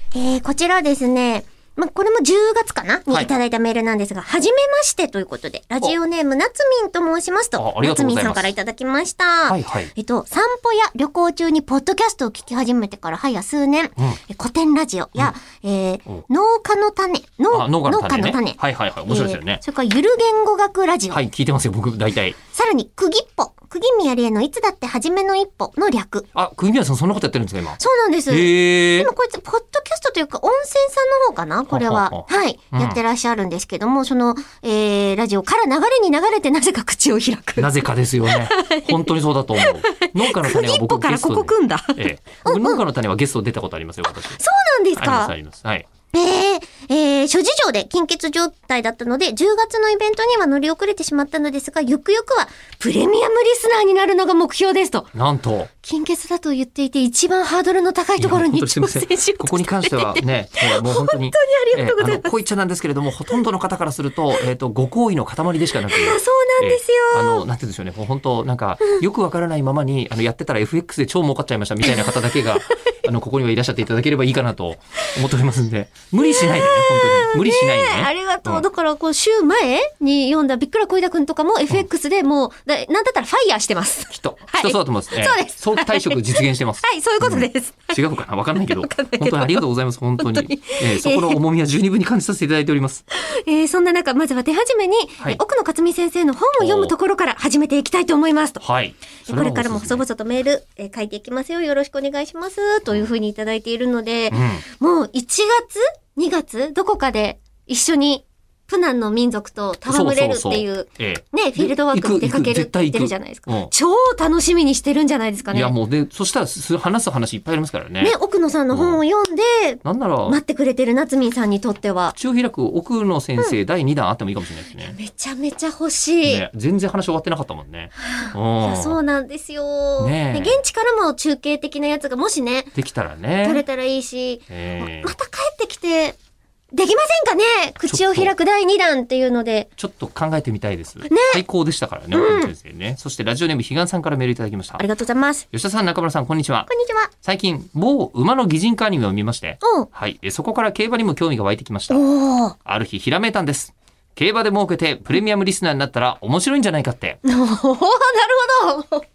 こちらですね、これも10月かなにいただいたメールなんですが、はじめましてということで、ラジオネームなつみんと申しますと、 ありがとうございます。 なつみんさんからいただきました。 はいはい。 散歩や旅行中にポッドキャストを聞き始めてから早数年、古典ラジオや、農家の種、農家の種。 はいはいはい。面白いですよね。 それからゆる言語学ラジオ。 はい、聞いてますよ、僕大体。 さらに、釘宮理恵のいつだって初めの一歩の略。 釘宮さんそんなことやってるんですか、今。 そうなんです。今こいつ、ポッドキャストというか、音声さんの方かなこれは。はい。やってらっしゃるんですけども、その、ラジオから流れに流れてなぜか口を開く。 なぜかですよね。本当にそうだと思う。農家の種は僕からここ組んだ。 農家の種はゲスト出たことありますよ、私。そうなんですか。 あります。はい。 諸事情で金欠状態だったので、10月のイベントには乗り遅れてしまったのですが、ゆくゆくはプレミアムリスナーになるのが目標ですと。 なんと。 金欠だと言っていて、一番ハードルの高いところに挑戦しここに関してはね、もう本当にありがとうございます。 こう言っちゃなんですけれども、ほとんどの方からすると、ご好意の塊でしかなくて。 そうなんですよ。 なんて言うんでしょうね、もう本当なんか、よくわからないままに、やってたら FX で超儲かっちゃいましたみたいな方だけが、ここにはいらっしゃっていただければいいかなと思っておりますんで、無理しないでね、本当に。無理しないでね。 ありがとう。だから、週前に読んだびっくらこいだくんとかも FX でもう、なんだったらファイヤーしてます。 きっとそうだと思います。 そうです。 早期退職実現してます。 はい、そういうことです。 違うかなわかんないけど。本当にありがとうございます。本当に。そこの重みは十二分に感じさせていただいております。 そんな中、まずは手始めに、奥野克美先生の本を読むところから始めていきたいと思いますと。 はい。 これからも細々とメール、書いていきますよ。よろしくお願いします。というふうにいただいているので、もう1月 ?2 月どこかで一緒にプナンの民族と戯れるっていう、ね、フィールドワークに出かけるって言ってるじゃないですか。超楽しみにしてるんじゃないですかね。 いやもうで、そしたら話す話いっぱいありますからね。 ね、奥野さんの本を読んで、なんなら待ってくれてるなつみんさんにとっては。 口を開く奥野先生第2弾あってもいいかもしれないですね。 めちゃめちゃ欲しい。 ね、全然話終わってなかったもんね。 いやそうなんですよ。ね、現地からも中継的なやつがもしね、 できたらね。 取れたらいいし、また帰ってきて、できませんかね口を開く第2弾っていうので。 ちょっと考えてみたいです。ね。最高でしたからね、先生ね。そしてラジオネーム、ひがんさんからメールいただきました。 ありがとうございます。 吉田さん、中村さん、こんにちは。 こんにちは。 最近、某馬の擬人化アニメを見まして、はい。そこから競馬にも興味が湧いてきました。ある日、ひらめいたんです。競馬で儲けてプレミアムリスナーになったら面白いんじゃないかって。 なるほど。 はい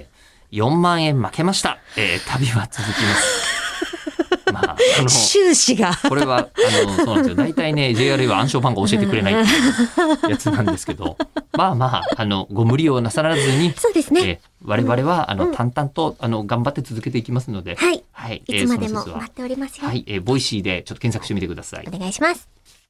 。4万円負けました。旅は続きます。 収支が。 これは、そうなんですよ。大体ね、JRA は暗証番号教えてくれないっていうやつなんですけど、ご無理をなさらずに、 そうですね。 我々は、淡々と、頑張って続けていきますので、 はい。はい。いつまでも待っておりますよ。 はい。ボイシーでちょっと検索してみてください。 お願いします。